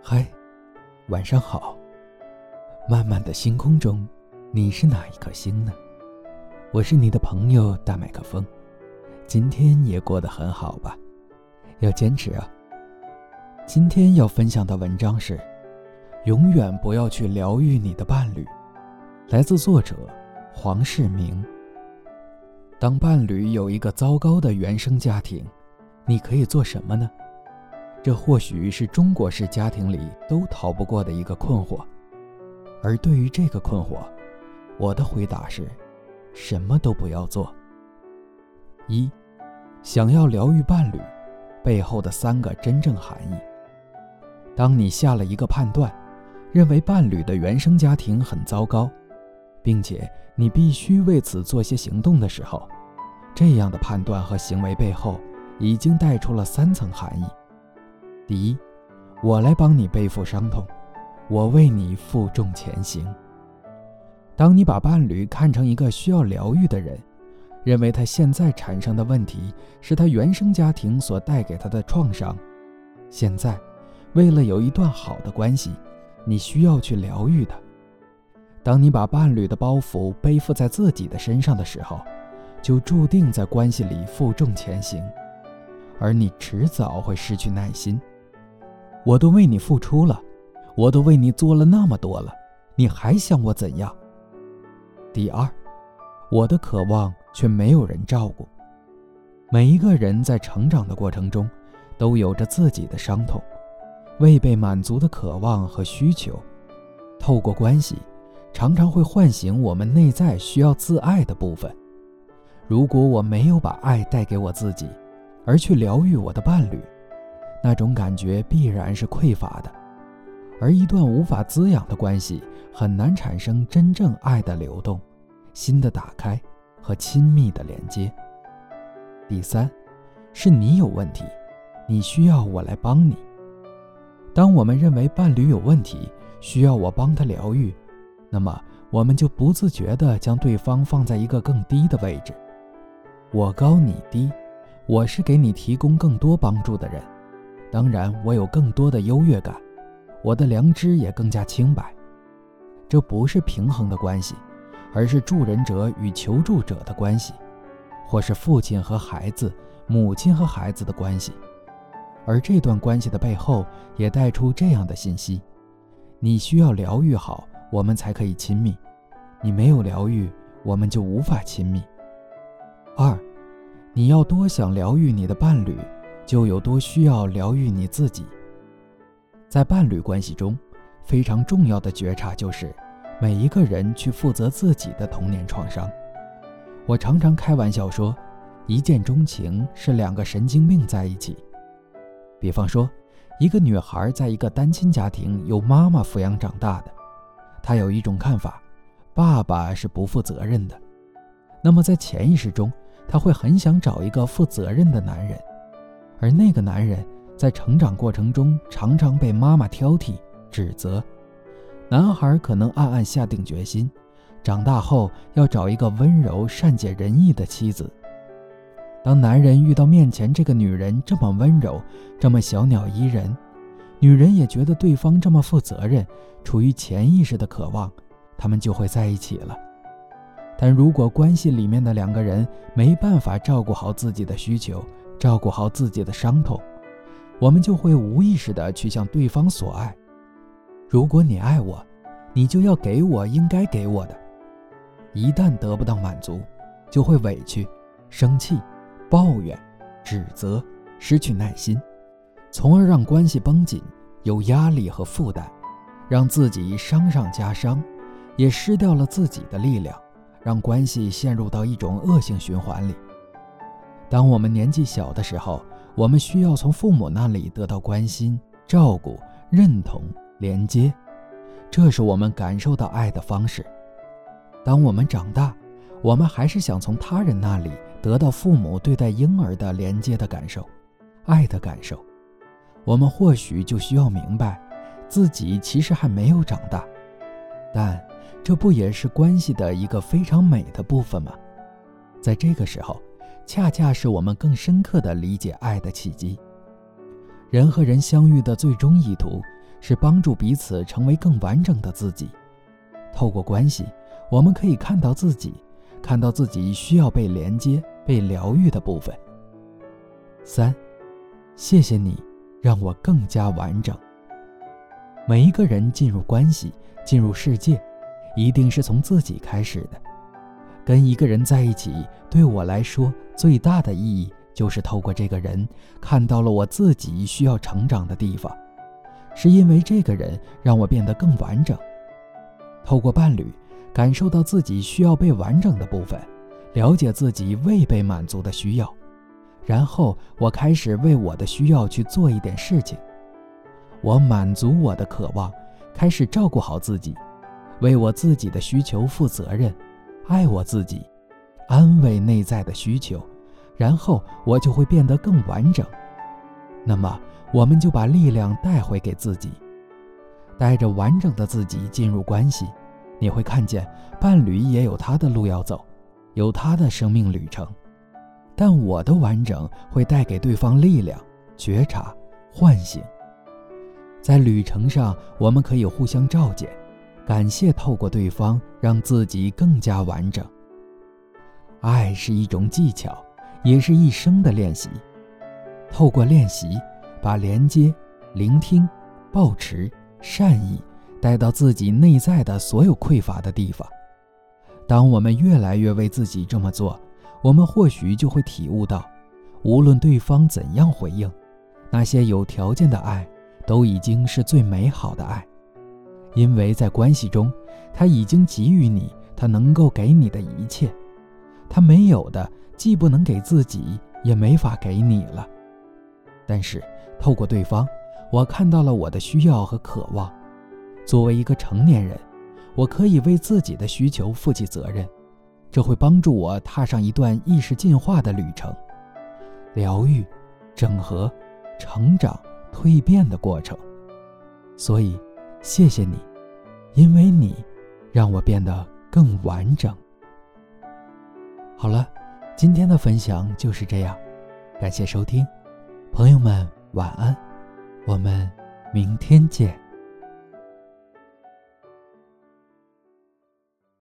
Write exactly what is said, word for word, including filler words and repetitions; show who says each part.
Speaker 1: 嗨，晚上好。漫漫的星空中，你是哪一颗星呢？我是你的朋友大麦克风。今天也过得很好吧？要坚持啊。今天要分享的文章是永远不要去疗愈你的伴侣，来自作者黄世明。当伴侣有一个糟糕的原生家庭，你可以做什么呢？这或许是中国式家庭里都逃不过的一个困惑。而对于这个困惑，我的回答是什么都不要做。一，想要疗愈伴侣背后的三个真正含义。当你下了一个判断，认为伴侣的原生家庭很糟糕，并且你必须为此做些行动的时候，这样的判断和行为背后已经带出了三层含义。第一，我来帮你背负伤痛，我为你负重前行。当你把伴侣看成一个需要疗愈的人，认为他现在产生的问题是他原生家庭所带给他的创伤，现在为了有一段好的关系，你需要去疗愈他。当你把伴侣的包袱背负在自己的身上的时候，就注定在关系里负重前行，而你迟早会失去耐心。我都为你付出了，我都为你做了那么多了，你还想我怎样？第二，我的渴望却没有人照顾。每一个人在成长的过程中都有着自己的伤痛，未被满足的渴望和需求，透过关系常常会唤醒我们内在需要自爱的部分。如果我没有把爱带给我自己，而去疗愈我的伴侣，那种感觉必然是匮乏的，而一段无法滋养的关系很难产生真正爱的流动、心的打开和亲密的连接。第三，是你有问题，你需要我来帮你。当我们认为伴侣有问题，需要我帮他疗愈，那么我们就不自觉地将对方放在一个更低的位置。我高你低，我是给你提供更多帮助的人，当然我有更多的优越感，我的良知也更加清白。这不是平衡的关系，而是助人者与求助者的关系，或是父亲和孩子、母亲和孩子的关系。而这段关系的背后也带出这样的信息：你需要疗愈好，我们才可以亲密；你没有疗愈，我们就无法亲密。二，你要多想疗愈你的伴侣，就有多需要疗愈你自己。在伴侣关系中，非常重要的觉察就是每一个人去负责自己的童年创伤。我常常开玩笑说，一见钟情是两个神经病在一起。比方说，一个女孩在一个单亲家庭由妈妈抚养长大的，她有一种看法，爸爸是不负责任的。那么在潜意识中，她会很想找一个负责任的男人，而那个男人在成长过程中常常被妈妈挑剔、指责。男孩可能暗暗下定决心，长大后要找一个温柔、善解人意的妻子。当男人遇到面前这个女人这么温柔、这么小鸟依人，女人也觉得对方这么负责任，出于潜意识的渴望，他们就会在一起了。但如果关系里面的两个人没办法照顾好自己的需求，照顾好自己的伤痛，我们就会无意识地去向对方索爱。如果你爱我，你就要给我应该给我的。一旦得不到满足，就会委屈、生气、抱怨、指责，失去耐心，从而让关系绷紧，有压力和负担，让自己伤上加伤，也失掉了自己的力量，让关系陷入到一种恶性循环里。当我们年纪小的时候，我们需要从父母那里得到关心、照顾、认同、连接，这是我们感受到爱的方式。当我们长大，我们还是想从他人那里得到父母对待婴儿的连接的感受、爱的感受。我们或许就需要明白，自己其实还没有长大，但这不也是关系的一个非常美的部分吗？在这个时候，恰恰是我们更深刻地理解爱的契机。人和人相遇的最终意图是帮助彼此成为更完整的自己。透过关系，我们可以看到自己，看到自己需要被连接、被疗愈的部分。三，谢谢你，让我更加完整。每一个人进入关系、进入世界，一定是从自己开始的。跟一个人在一起，对我来说最大的意义就是透过这个人看到了我自己需要成长的地方，是因为这个人让我变得更完整。透过伴侣感受到自己需要被完整的部分，了解自己未被满足的需要，然后我开始为我的需要去做一点事情。我满足我的渴望，开始照顾好自己，为我自己的需求负责任，爱我自己，安慰内在的需求，然后我就会变得更完整。那么我们就把力量带回给自己，带着完整的自己进入关系，你会看见伴侣也有他的路要走，有他的生命旅程，但我的完整会带给对方力量、觉察、唤醒。在旅程上，我们可以互相照见，感谢透过对方让自己更加完整。爱是一种技巧，也是一生的练习。透过练习，把连接、聆听、抱持、善意带到自己内在的所有匮乏的地方。当我们越来越为自己这么做，我们或许就会体悟到，无论对方怎样回应，那些有条件的爱都已经是最美好的爱。因为在关系中，他已经给予你他能够给你的一切，他没有的既不能给自己，也没法给你了。但是透过对方，我看到了我的需要和渴望。作为一个成年人，我可以为自己的需求负起责任，这会帮助我踏上一段意识进化的旅程，疗愈、整合、成长、蜕变的过程。所以谢谢你，因为你让我变得更完整。好了，今天的分享就是这样，感谢收听，朋友们晚安，我们明天见。